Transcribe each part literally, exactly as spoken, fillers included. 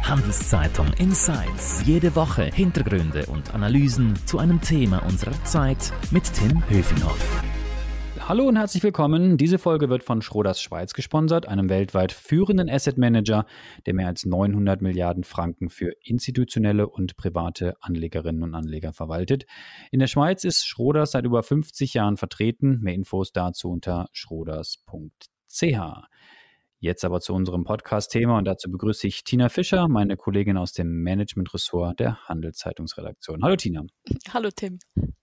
Handelszeitung Insights. Jede Woche Hintergründe und Analysen zu einem Thema unserer Zeit mit Tim Höfinghoff. Hallo und herzlich willkommen. Diese Folge wird von Schroders Schweiz gesponsert, einem weltweit führenden Asset Manager, der mehr als neunhundert Milliarden Franken für institutionelle und private Anlegerinnen und Anleger verwaltet. In der Schweiz ist Schroders seit über fünfzig Jahren vertreten. Mehr Infos dazu unter schroders punkt c h. Jetzt aber zu unserem Podcast-Thema und dazu begrüße ich Tina Fischer, meine Kollegin aus dem Management-Ressort der Handelszeitungsredaktion. Hallo Tina. Hallo Tim.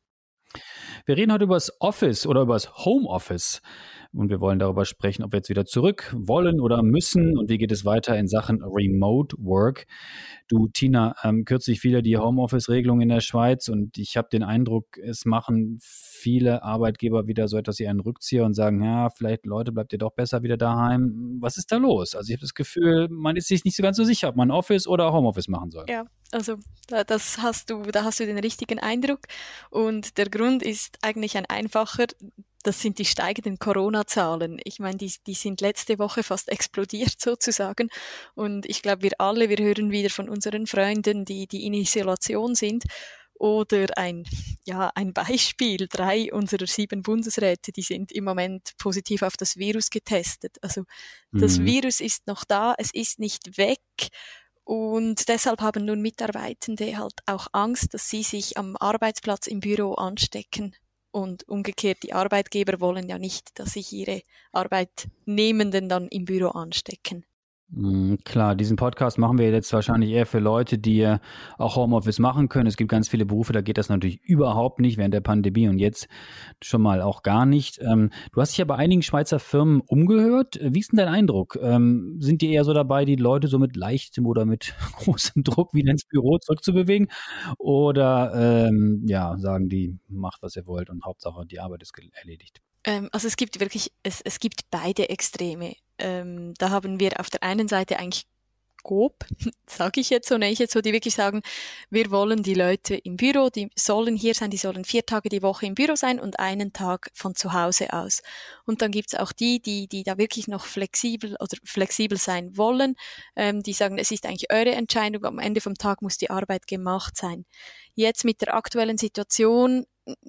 Wir reden heute über das Office oder über das Homeoffice und wir wollen darüber sprechen, ob wir jetzt wieder zurück wollen oder müssen und wie geht es weiter in Sachen Remote Work. Du Tina, ähm, kürzlich wieder die Homeoffice-Regelung in der Schweiz und ich habe den Eindruck, es machen viele Arbeitgeber wieder so etwas wie einen Rückzieher und sagen, ja, vielleicht Leute, bleibt ihr doch besser wieder daheim. Was ist da los? Also ich habe das Gefühl, man ist sich nicht so ganz so sicher, ob man Office oder Homeoffice machen soll. Ja, also da, das hast du, da hast du den richtigen Eindruck und der Grund ist eigentlich ein einfacher. Das sind die steigenden Corona-Zahlen. Ich meine, die, die sind letzte Woche fast explodiert sozusagen. Und ich glaube, wir alle, wir hören wieder von unseren Freunden, die, die in Isolation sind. Oder ein, ja, ein Beispiel. Drei unserer sieben Bundesräte, die sind im Moment positiv auf das Virus getestet. Also das Mhm. Virus ist noch da, es ist nicht weg. Und deshalb haben nun Mitarbeitende halt auch Angst, dass sie sich am Arbeitsplatz im Büro anstecken. Und umgekehrt, die Arbeitgeber wollen ja nicht, dass sich ihre Arbeitnehmenden dann im Büro anstecken. Mhm, klar, diesen Podcast machen wir jetzt wahrscheinlich eher für Leute, die äh, auch Homeoffice machen können. Es gibt ganz viele Berufe, da geht das natürlich überhaupt nicht während der Pandemie und jetzt schon mal auch gar nicht. Ähm, du hast dich ja bei einigen Schweizer Firmen umgehört. Wie ist denn dein Eindruck? Ähm, sind die eher so dabei, die Leute so mit leichtem oder mit großem Druck wieder ins Büro zurückzubewegen? Oder ähm, ja, sagen die, macht was ihr wollt und Hauptsache die Arbeit ist ge- erledigt? Ähm, also es gibt wirklich, es, es gibt beide Extreme. Ähm, da haben wir auf der einen Seite eigentlich Coop, sage ich jetzt so, nenne ich jetzt so, die wirklich sagen, wir wollen die Leute im Büro, die sollen hier sein, die sollen vier Tage die Woche im Büro sein und einen Tag von zu Hause aus. Und dann gibt's auch die, die, die da wirklich noch flexibel oder flexibel sein wollen, ähm, die sagen, es ist eigentlich eure Entscheidung, am Ende vom Tag muss die Arbeit gemacht sein. Jetzt mit der aktuellen Situation,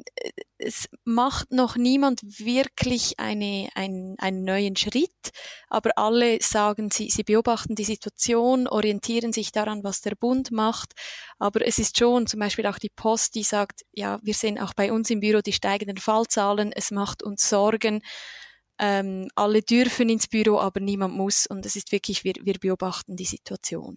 es macht noch niemand wirklich eine, ein, einen neuen Schritt, aber alle sagen, sie, sie beobachten die Situation, orientieren sich daran, was der Bund macht, aber es ist schon zum Beispiel auch die Post, die sagt, ja, wir sehen auch bei uns im Büro die steigenden Fallzahlen, es macht uns Sorgen, ähm, alle dürfen ins Büro, aber niemand muss und es ist wirklich, wir, wir beobachten die Situation.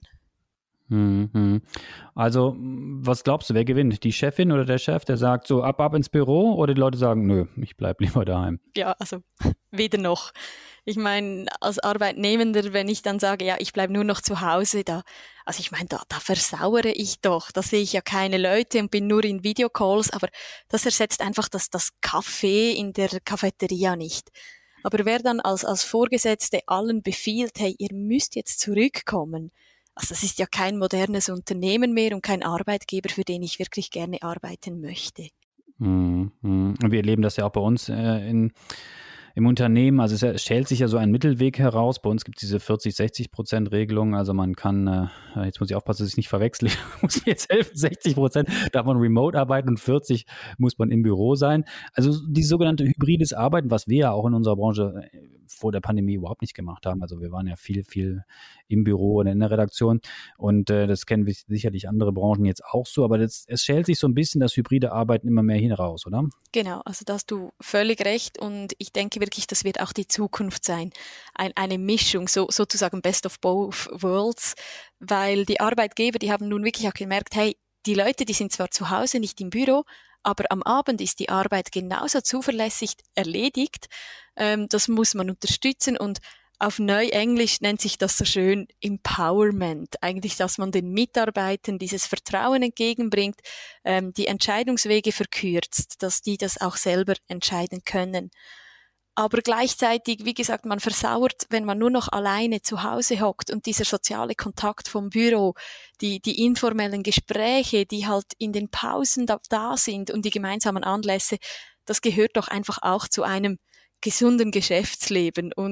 Mhm. Also, was glaubst du, wer gewinnt? Die Chefin oder der Chef, der sagt so ab, ab ins Büro oder die Leute sagen, nö, ich bleib lieber daheim? Ja, also weder noch. Ich meine, als Arbeitnehmender, wenn ich dann sage, ja, ich bleibe nur noch zu Hause, da, also ich meine, da, da versauere ich doch. Da sehe ich ja keine Leute und bin nur in Videocalls, aber das ersetzt einfach das, das Kaffee in der Cafeteria nicht. Aber wer dann als, als Vorgesetzte allen befiehlt, hey, ihr müsst jetzt zurückkommen, also das ist ja kein modernes Unternehmen mehr und kein Arbeitgeber, für den ich wirklich gerne arbeiten möchte. Mhm. Und wir erleben das ja auch bei uns äh, in, im Unternehmen. Also es, es stellt sich ja so ein Mittelweg heraus. Bei uns gibt es diese vierzig, sechzig Prozent Regelung. Also man kann, äh, jetzt muss ich aufpassen, dass ich nicht verwechsle, ich muss jetzt helfen, sechzig Prozent darf man remote arbeiten und vierzig muss man im Büro sein. Also die sogenannte hybrides Arbeiten, was wir ja auch in unserer Branche vor der Pandemie überhaupt nicht gemacht haben. Also wir waren ja viel, viel im Büro und in der Redaktion und äh, das kennen wir sicherlich andere Branchen jetzt auch so, aber das, es schält sich so ein bisschen das hybride Arbeiten immer mehr hinaus, oder? Genau, also da hast du völlig recht und ich denke wirklich, das wird auch die Zukunft sein. Ein, eine Mischung, so, sozusagen best of both worlds, weil die Arbeitgeber, die haben nun wirklich auch gemerkt, hey, die Leute, die sind zwar zu Hause, nicht im Büro, aber am Abend ist die Arbeit genauso zuverlässig erledigt. Ähm, das muss man unterstützen und auf Neuenglisch nennt sich das so schön Empowerment. Eigentlich, dass man den Mitarbeitern dieses Vertrauen entgegenbringt, ähm, die Entscheidungswege verkürzt, dass die das auch selber entscheiden können. Aber gleichzeitig, wie gesagt, man versauert, wenn man nur noch alleine zu Hause hockt und dieser soziale Kontakt vom Büro, die, die informellen Gespräche, die halt in den Pausen da, da sind und die gemeinsamen Anlässe, das gehört doch einfach auch zu einem gesunden Geschäftsleben. Und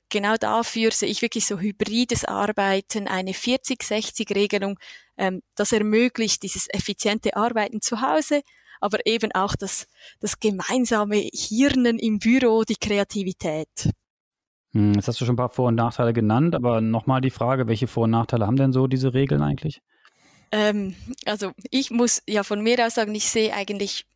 genau dafür sehe ich wirklich so hybrides Arbeiten, eine vierzig sechzig Regelung, ähm, das ermöglicht dieses effiziente Arbeiten zu Hause, aber eben auch das, das gemeinsame Hirnen im Büro, die Kreativität. Hm, jetzt hast du schon ein paar Vor- und Nachteile genannt, aber nochmal die Frage, welche Vor- und Nachteile haben denn so diese Regeln eigentlich? Ähm, also ich muss ja von mir aus sagen, ich sehe eigentlich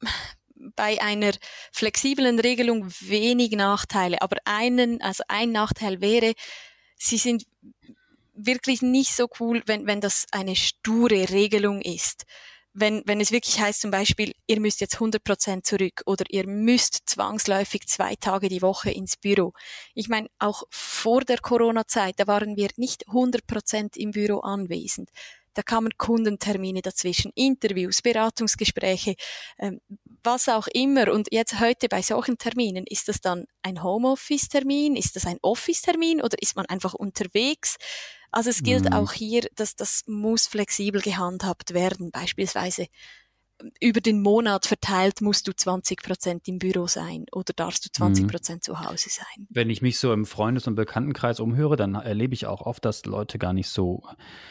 bei einer flexiblen Regelung wenig Nachteile, aber einen, also ein Nachteil wäre, sie sind wirklich nicht so cool, wenn, wenn das eine sture Regelung ist. Wenn, wenn es wirklich heißt zum Beispiel, ihr müsst jetzt hundert Prozent zurück oder ihr müsst zwangsläufig zwei Tage die Woche ins Büro. Ich meine, auch vor der Corona-Zeit, da waren wir nicht hundert Prozent im Büro anwesend. Da kamen Kundentermine dazwischen, Interviews, Beratungsgespräche, ähm, was auch immer. Und jetzt heute bei solchen Terminen, ist das dann ein Homeoffice-Termin? Ist das ein Office-Termin oder ist man einfach unterwegs? Also es gilt Mhm. auch hier, dass das muss flexibel gehandhabt werden. Beispielsweise über den Monat verteilt musst du zwanzig Prozent im Büro sein oder darfst du zwanzig Prozent zu Hause sein. Wenn ich mich so im Freundes- und Bekanntenkreis umhöre, dann erlebe ich auch oft, dass Leute gar nicht so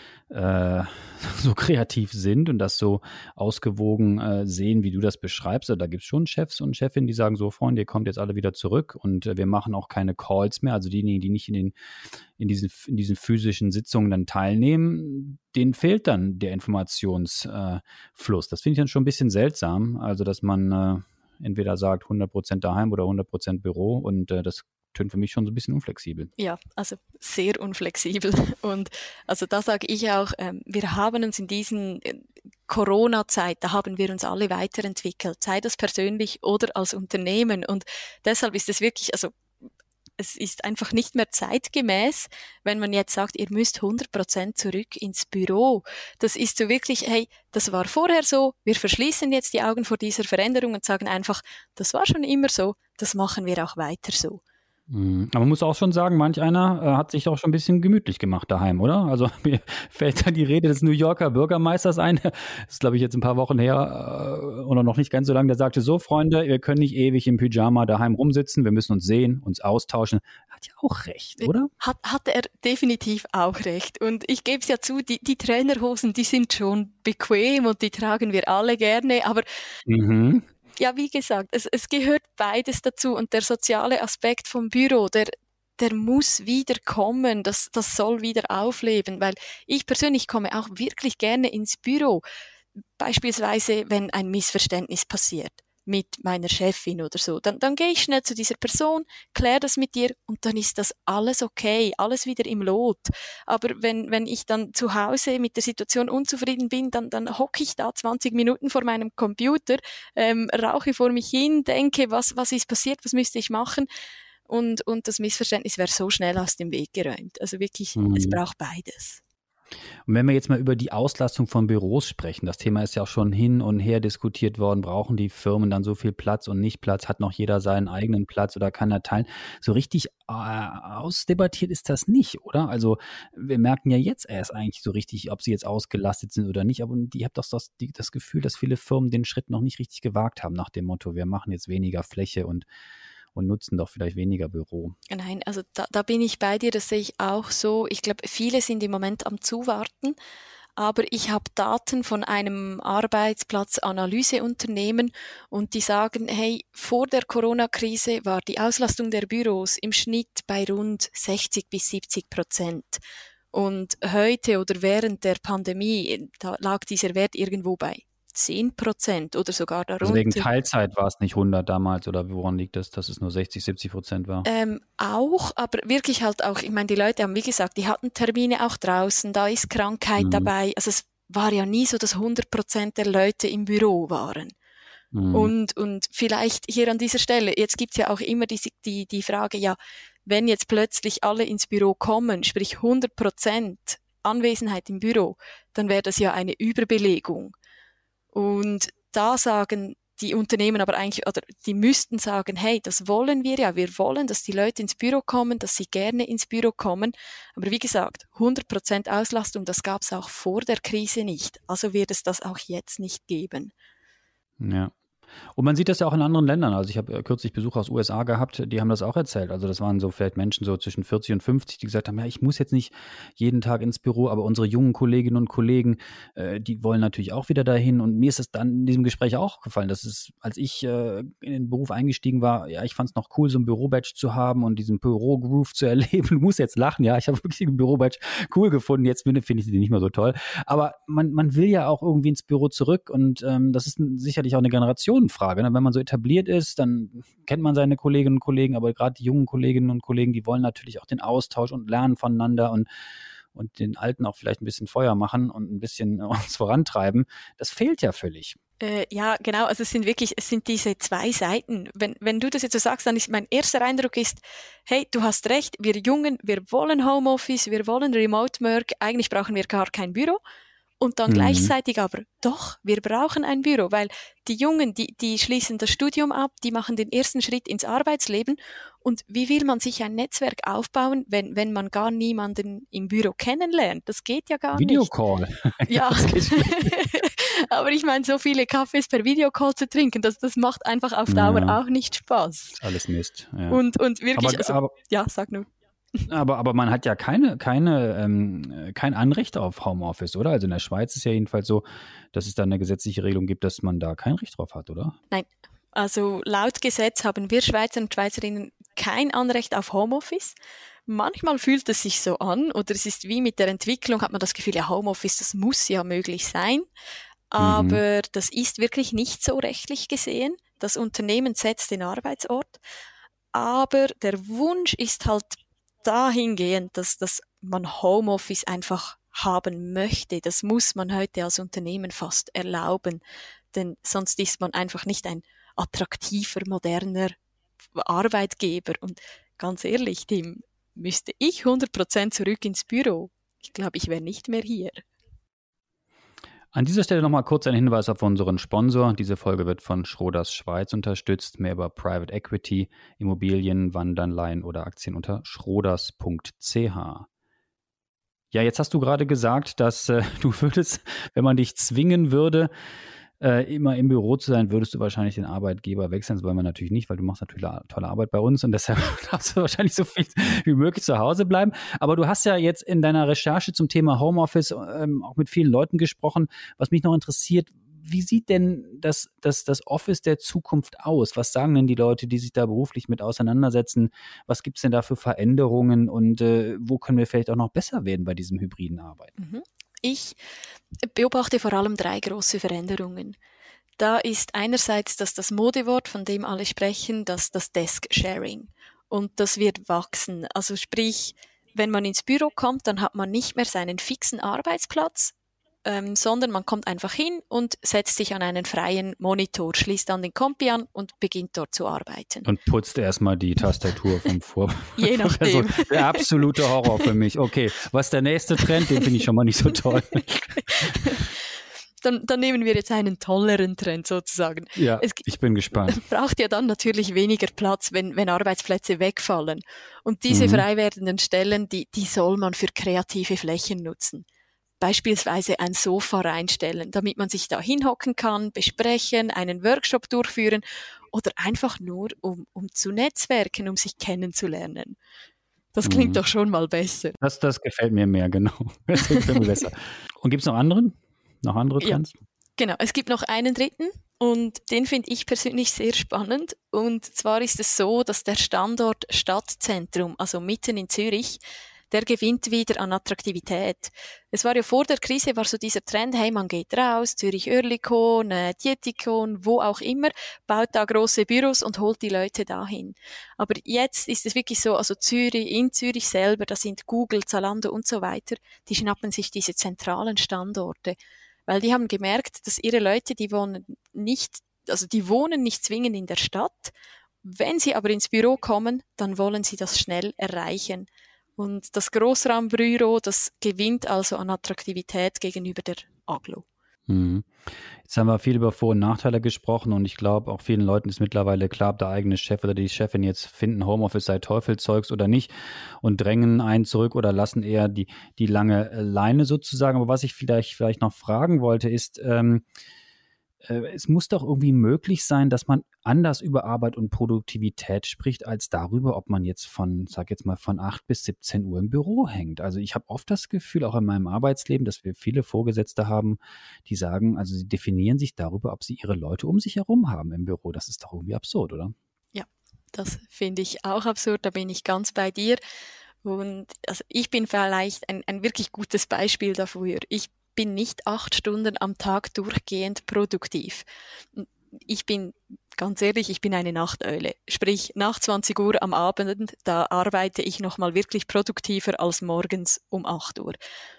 äh, so kreativ sind und das so ausgewogen äh, sehen, wie du das beschreibst. Also da gibt es schon Chefs und Chefinnen, die sagen so, Freunde, ihr kommt jetzt alle wieder zurück und äh, wir machen auch keine Calls mehr. Also diejenigen, die nicht in den in diesen, in diesen physischen Sitzungen dann teilnehmen, denen fehlt dann der Informationsfluss. Äh, das finde ich dann schon ein bisschen seltsam. Also dass man äh, entweder sagt hundert Prozent daheim oder hundert Prozent Büro und äh, das tönt für mich schon so ein bisschen unflexibel. Ja, also sehr unflexibel. Und also da sage ich auch, ähm, wir haben uns in diesen äh, Corona-Zeit, da haben wir uns alle weiterentwickelt, sei das persönlich oder als Unternehmen. Und deshalb ist es wirklich, also es ist einfach nicht mehr zeitgemäß, wenn man jetzt sagt, ihr müsst hundert Prozent zurück ins Büro. Das ist so wirklich, hey, das war vorher so, wir verschließen jetzt die Augen vor dieser Veränderung und sagen einfach, das war schon immer so, das machen wir auch weiter so. Aber man muss auch schon sagen, manch einer äh, hat sich auch schon ein bisschen gemütlich gemacht daheim, oder? Also mir fällt da die Rede des New Yorker Bürgermeisters ein. Das ist, glaube ich, jetzt ein paar Wochen her äh, oder noch nicht ganz so lange. Der sagte so, Freunde, wir können nicht ewig im Pyjama daheim rumsitzen. Wir müssen uns sehen, uns austauschen. Hat ja auch recht, oder? Hat, hat er definitiv auch recht. Und ich gebe es ja zu, die, die Trainerhosen, die sind schon bequem und die tragen wir alle gerne. Aber Mhm. ja, wie gesagt, es, es gehört beides dazu und der soziale Aspekt vom Büro, der, der muss wieder kommen, das, das soll wieder aufleben, weil ich persönlich komme auch wirklich gerne ins Büro, beispielsweise wenn ein Missverständnis passiert mit meiner Chefin oder so, dann, dann gehe ich schnell zu dieser Person, kläre das mit ihr und dann ist das alles okay, alles wieder im Lot. Aber wenn, wenn ich dann zu Hause mit der Situation unzufrieden bin, dann, dann hocke ich da zwanzig Minuten vor meinem Computer, ähm, rauche vor mich hin, denke, was, was ist passiert, was müsste ich machen? Und, und das Missverständnis wäre so schnell aus dem Weg geräumt. Also wirklich, mhm. Es braucht beides. Und wenn wir jetzt mal über die Auslastung von Büros sprechen, das Thema ist ja auch schon hin und her diskutiert worden, brauchen die Firmen dann so viel Platz und nicht Platz, hat noch jeder seinen eigenen Platz oder kann er teilen? So richtig äh, ausdebattiert ist das nicht, oder? Also wir merken ja jetzt erst eigentlich so richtig, ob sie jetzt ausgelastet sind oder nicht, aber ihr habt doch das, die, das Gefühl, dass viele Firmen den Schritt noch nicht richtig gewagt haben nach dem Motto, wir machen jetzt weniger Fläche und und nutzen doch vielleicht weniger Büro. Nein, also da, da bin ich bei dir, das sehe ich auch so. Ich glaube, viele sind im Moment am Zuwarten, aber ich habe Daten von einem Arbeitsplatzanalyseunternehmen und die sagen, hey, vor der Corona-Krise war die Auslastung der Büros im Schnitt bei rund sechzig bis siebzig Prozent. Und heute oder während der Pandemie, da lag dieser Wert irgendwo bei zehn Prozent oder sogar darunter. Also wegen Teilzeit war es nicht hundert damals oder woran liegt das, dass es nur sechzig, siebzig Prozent war? Ähm, auch, aber wirklich halt auch, ich meine, die Leute haben, wie gesagt, die hatten Termine auch draußen, da ist Krankheit mhm. dabei. Also es war ja nie so, dass hundert Prozent der Leute im Büro waren. Mhm. Und, und vielleicht hier an dieser Stelle, jetzt gibt's ja auch immer die, die, die Frage, ja, wenn jetzt plötzlich alle ins Büro kommen, sprich hundert Prozent Anwesenheit im Büro, dann wäre das ja eine Überbelegung. Und da sagen die Unternehmen aber eigentlich, oder die müssten sagen, hey, das wollen wir ja, wir wollen, dass die Leute ins Büro kommen, dass sie gerne ins Büro kommen. Aber wie gesagt, hundert Prozent Auslastung, das gab es auch vor der Krise nicht. Also wird es das auch jetzt nicht geben. Ja. Und man sieht das ja auch in anderen Ländern. Also ich habe äh, kürzlich Besuch aus U S A gehabt, die haben das auch erzählt. Also das waren so vielleicht Menschen so zwischen vierzig und fünfzig, die gesagt haben, ja, ich muss jetzt nicht jeden Tag ins Büro, aber unsere jungen Kolleginnen und Kollegen, äh, die wollen natürlich auch wieder dahin. Und mir ist es dann in diesem Gespräch auch gefallen, dass es, als ich äh, in den Beruf eingestiegen war, ja, ich fand es noch cool, so ein Büro-Badge zu haben und diesen Büro-Groove zu erleben. Du musst jetzt lachen, ja, ich habe wirklich den Büro-Badge cool gefunden. Jetzt finde, finde ich den nicht mehr so toll. Aber man, man will ja auch irgendwie ins Büro zurück und ähm, das ist ein, sicherlich auch eine Generationenfrage. Ne? Wenn man so etabliert ist, dann kennt man seine Kolleginnen und Kollegen, aber gerade die jungen Kolleginnen und Kollegen, die wollen natürlich auch den Austausch und lernen voneinander und, und den Alten auch vielleicht ein bisschen Feuer machen und ein bisschen uns vorantreiben. Das fehlt ja völlig. Äh, ja, genau. Also es sind wirklich, es sind diese zwei Seiten. Wenn, wenn du das jetzt so sagst, dann ist mein erster Eindruck ist, hey, du hast recht, wir Jungen, wir wollen Homeoffice, wir wollen Remote Work, eigentlich brauchen wir gar kein Büro. Und dann mhm. gleichzeitig aber, doch, wir brauchen ein Büro, weil die Jungen, die, die schließen das Studium ab, die machen den ersten Schritt ins Arbeitsleben. Und wie will man sich ein Netzwerk aufbauen, wenn, wenn man gar niemanden im Büro kennenlernt? Das geht ja gar Videocall. nicht. Videocall. Ja, aber ich meine, so viele Kaffees per Videocall zu trinken, das, das macht einfach auf Dauer ja. auch nicht Spaß. Alles Mist. Ja. Und, und wirklich, aber, also, aber, ja, sag nur. Aber, aber man hat ja keine, keine, ähm, kein Anrecht auf Homeoffice, oder? Also in der Schweiz ist ja jedenfalls so, dass es da eine gesetzliche Regelung gibt, dass man da kein Recht drauf hat, oder? Nein, also laut Gesetz haben wir Schweizer und Schweizerinnen kein Anrecht auf Homeoffice. Manchmal fühlt es sich so an oder es ist wie mit der Entwicklung, hat man das Gefühl, ja, Homeoffice, das muss ja möglich sein. Aber mhm. das ist wirklich nicht so rechtlich gesehen. Das Unternehmen setzt den Arbeitsort. Aber der Wunsch ist halt dahingehend, dass, dass man Homeoffice einfach haben möchte. Das muss man heute als Unternehmen fast erlauben, denn sonst ist man einfach nicht ein attraktiver, moderner Arbeitgeber. Und ganz ehrlich, Tim, müsste ich hundert Prozent zurück ins Büro. Ich glaube, ich wäre nicht mehr hier. An dieser Stelle nochmal kurz ein Hinweis auf unseren Sponsor. Diese Folge wird von Schroders Schweiz unterstützt. Mehr über Private Equity, Immobilien, Wandanleihen oder Aktien unter schroders punkt c h. Ja, jetzt hast du gerade gesagt, dass äh, du würdest, wenn man dich zwingen würde, äh, immer im Büro zu sein, würdest du wahrscheinlich den Arbeitgeber wechseln. Das wollen wir natürlich nicht, weil du machst natürlich tolle Arbeit bei uns und deshalb darfst du wahrscheinlich so viel wie möglich zu Hause bleiben. Aber du hast ja jetzt in deiner Recherche zum Thema Homeoffice ähm, auch mit vielen Leuten gesprochen. Was mich noch interessiert, wie sieht denn das, das, das Office der Zukunft aus? Was sagen denn die Leute, die sich da beruflich mit auseinandersetzen? Was gibt es denn da für Veränderungen und äh, wo können wir vielleicht auch noch besser werden bei diesem hybriden Arbeiten? Mhm. Ich beobachte vor allem drei große Veränderungen. Da ist einerseits das, das Modewort, von dem alle sprechen, das, das Desk-Sharing. Und das wird wachsen. Also sprich, wenn man ins Büro kommt, dann hat man nicht mehr seinen fixen Arbeitsplatz, ähm, sondern man kommt einfach hin und setzt sich an einen freien Monitor, schließt dann den Kompi an und beginnt dort zu arbeiten. Und putzt erstmal die Tastatur vom Vor. Je nachdem. Also der absolute Horror für mich. Okay, was ist der nächste Trend? Den finde ich schon mal nicht so toll. Dann, dann nehmen wir jetzt einen tolleren Trend sozusagen. Ja, es, ich bin gespannt. Es braucht ja dann natürlich weniger Platz, wenn, wenn Arbeitsplätze wegfallen. Und diese mhm. frei werdenden Stellen, die, die soll man für kreative Flächen nutzen. Beispielsweise ein Sofa reinstellen, damit man sich da hinhocken kann, besprechen, einen Workshop durchführen oder einfach nur, um, um zu netzwerken, um sich kennenzulernen. Das klingt mhm. doch schon mal besser. Das, das gefällt mir mehr, genau. Das gefällt mir besser. Und gibt es noch anderen? Noch andere Trends? Ja, genau, es gibt noch einen dritten und den finde ich persönlich sehr spannend. Und zwar ist es so, dass der Standort Stadtzentrum, also mitten in Zürich, der gewinnt wieder an Attraktivität. Es war ja vor der Krise, war so dieser Trend, hey, man geht raus, Zürich-Oerlikon, äh, Dietikon, wo auch immer, baut da große Büros und holt die Leute dahin. Aber jetzt ist es wirklich so, also Zürich, in Zürich selber, da sind Google, Zalando und so weiter, die schnappen sich diese zentralen Standorte. Weil die haben gemerkt, dass ihre Leute, die wohnen nicht, also die wohnen nicht zwingend in der Stadt. Wenn sie aber ins Büro kommen, dann wollen sie das schnell erreichen. Und das Grossraumbüro, das gewinnt also an Attraktivität gegenüber der Aglo. Mhm. Jetzt haben wir viel über Vor- und Nachteile gesprochen und ich glaube, auch vielen Leuten ist mittlerweile klar, ob der eigene Chef oder die Chefin jetzt finden, Homeoffice sei Teufelzeugs oder nicht und drängen einen zurück oder lassen eher die, die lange Leine sozusagen. Aber was ich vielleicht, vielleicht noch fragen wollte, ist, ähm, äh, es muss doch irgendwie möglich sein, dass man anders über Arbeit und Produktivität spricht, als darüber, ob man jetzt von, sag jetzt mal, von acht bis siebzehn Uhr im Büro hängt. Also ich habe oft das Gefühl, auch in meinem Arbeitsleben, dass wir viele Vorgesetzte haben, die sagen, also sie definieren sich darüber, ob sie ihre Leute um sich herum haben im Büro. Das ist doch irgendwie absurd, oder? Ja, das finde ich auch absurd, da bin ich ganz bei dir. Und also ich bin vielleicht ein, ein wirklich gutes Beispiel dafür. Ich bin nicht acht Stunden am Tag durchgehend produktiv. Ich bin, ganz ehrlich, ich bin eine Nachteule. Sprich, nach zwanzig Uhr am Abend, da arbeite ich nochmal wirklich produktiver als morgens um acht Uhr.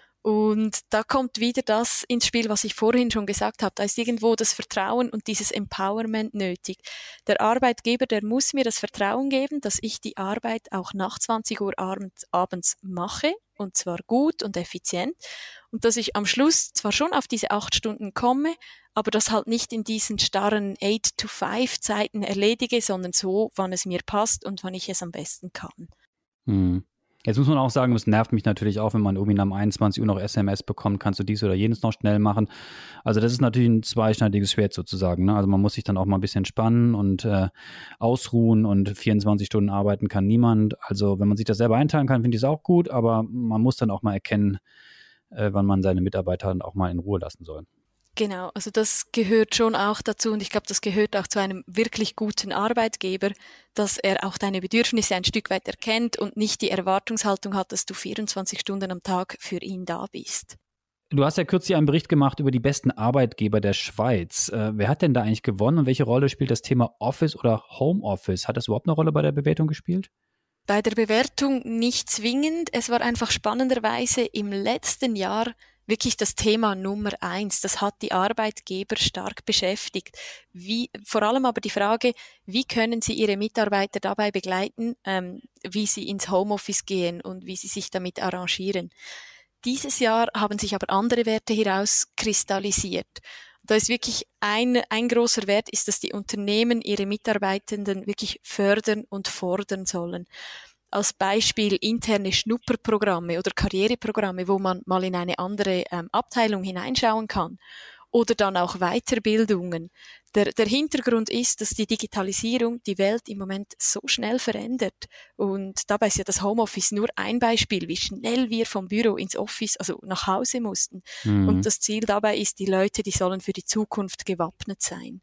Und da kommt wieder das ins Spiel, was ich vorhin schon gesagt habe. Da ist irgendwo das Vertrauen und dieses Empowerment nötig. Der Arbeitgeber, der muss mir das Vertrauen geben, dass ich die Arbeit auch nach zwanzig Uhr abends, abends mache, und zwar gut und effizient. Und dass ich am Schluss zwar schon auf diese acht Stunden komme, aber das halt nicht in diesen starren eight to five Zeiten erledige, sondern so, wann es mir passt und wann ich es am besten kann. Hm. Jetzt muss man auch sagen, es nervt mich natürlich auch, wenn man irgendwie um einundzwanzig Uhr noch S M S bekommt, kannst du dies oder jenes noch schnell machen. Also das ist natürlich ein zweischneidiges Schwert sozusagen, ne? Also man muss sich dann auch mal ein bisschen entspannen und äh, ausruhen, und vierundzwanzig Stunden arbeiten kann niemand. Also wenn man sich das selber einteilen kann, finde ich es auch gut, aber man muss dann auch mal erkennen, äh, wann man seine Mitarbeiter dann auch mal in Ruhe lassen soll. Genau, also das gehört schon auch dazu, und ich glaube, das gehört auch zu einem wirklich guten Arbeitgeber, dass er auch deine Bedürfnisse ein Stück weit erkennt und nicht die Erwartungshaltung hat, dass du vierundzwanzig Stunden am Tag für ihn da bist. Du hast ja kürzlich einen Bericht gemacht über die besten Arbeitgeber der Schweiz. Äh, wer hat denn da eigentlich gewonnen und welche Rolle spielt das Thema Office oder Homeoffice? Hat das überhaupt eine Rolle bei der Bewertung gespielt? Bei der Bewertung nicht zwingend. Es war einfach spannenderweise im letzten Jahr wirklich das Thema Nummer eins. Das hat die Arbeitgeber stark beschäftigt. Wie, vor allem aber die Frage, wie können sie ihre Mitarbeiter dabei begleiten, ähm, wie sie ins Homeoffice gehen und wie sie sich damit arrangieren. Dieses Jahr haben sich aber andere Werte herauskristallisiert. Da ist wirklich ein, ein großer Wert, ist, dass die Unternehmen ihre Mitarbeitenden wirklich fördern und fordern sollen. Als Beispiel interne Schnupperprogramme oder Karriereprogramme, wo man mal in eine andere ähm, Abteilung hineinschauen kann. Oder dann auch Weiterbildungen. Der, der Hintergrund ist, dass die Digitalisierung die Welt im Moment so schnell verändert. Und dabei ist ja das Homeoffice nur ein Beispiel, wie schnell wir vom Büro ins Office, also nach Hause mussten. Mhm. Und das Ziel dabei ist, die Leute, die sollen für die Zukunft gewappnet sein.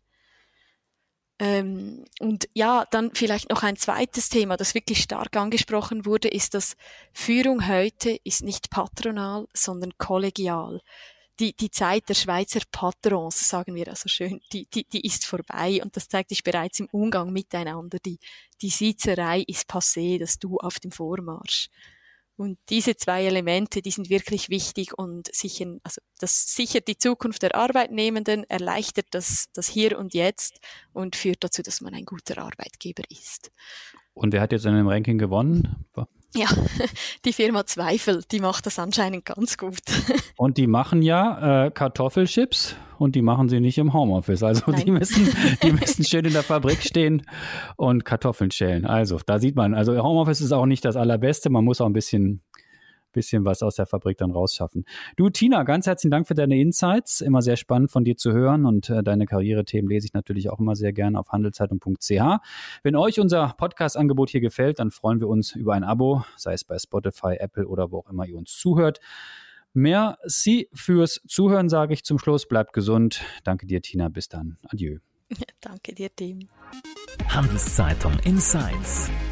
Ähm, und ja, dann vielleicht noch ein zweites Thema, das wirklich stark angesprochen wurde, ist, dass Führung heute ist nicht patronal, sondern kollegial. Die, die Zeit der Schweizer Patrons, sagen wir also schön, die, die, die ist vorbei, und das zeigt sich bereits im Umgang miteinander. Die, die Siezerei ist passé, das Du auf dem Vormarsch. Und diese zwei Elemente, die sind wirklich wichtig und sichern, also das sichert die Zukunft der Arbeitnehmenden, erleichtert das, das Hier und Jetzt und führt dazu, dass man ein guter Arbeitgeber ist. Und wer hat jetzt in dem Ranking gewonnen? Ja, die Firma Zweifel, die macht das anscheinend ganz gut. Und die machen ja äh, Kartoffelchips, und die machen sie nicht im Homeoffice. Also die müssen, die müssen schön in der Fabrik stehen und Kartoffeln schälen. Also da sieht man, also Homeoffice ist auch nicht das Allerbeste. Man muss auch ein bisschen, bisschen was aus der Fabrik dann rausschaffen. Du, Tina, ganz herzlichen Dank für deine Insights. Immer sehr spannend von dir zu hören, und äh, deine Karrierethemen lese ich natürlich auch immer sehr gerne auf handelszeitung punkt c h. Wenn euch unser Podcast-Angebot hier gefällt, dann freuen wir uns über ein Abo, sei es bei Spotify, Apple oder wo auch immer ihr uns zuhört. Merci fürs Zuhören, sage ich zum Schluss. Bleibt gesund. Danke dir, Tina. Bis dann. Adieu. Danke dir, Tim. Handelszeitung Insights.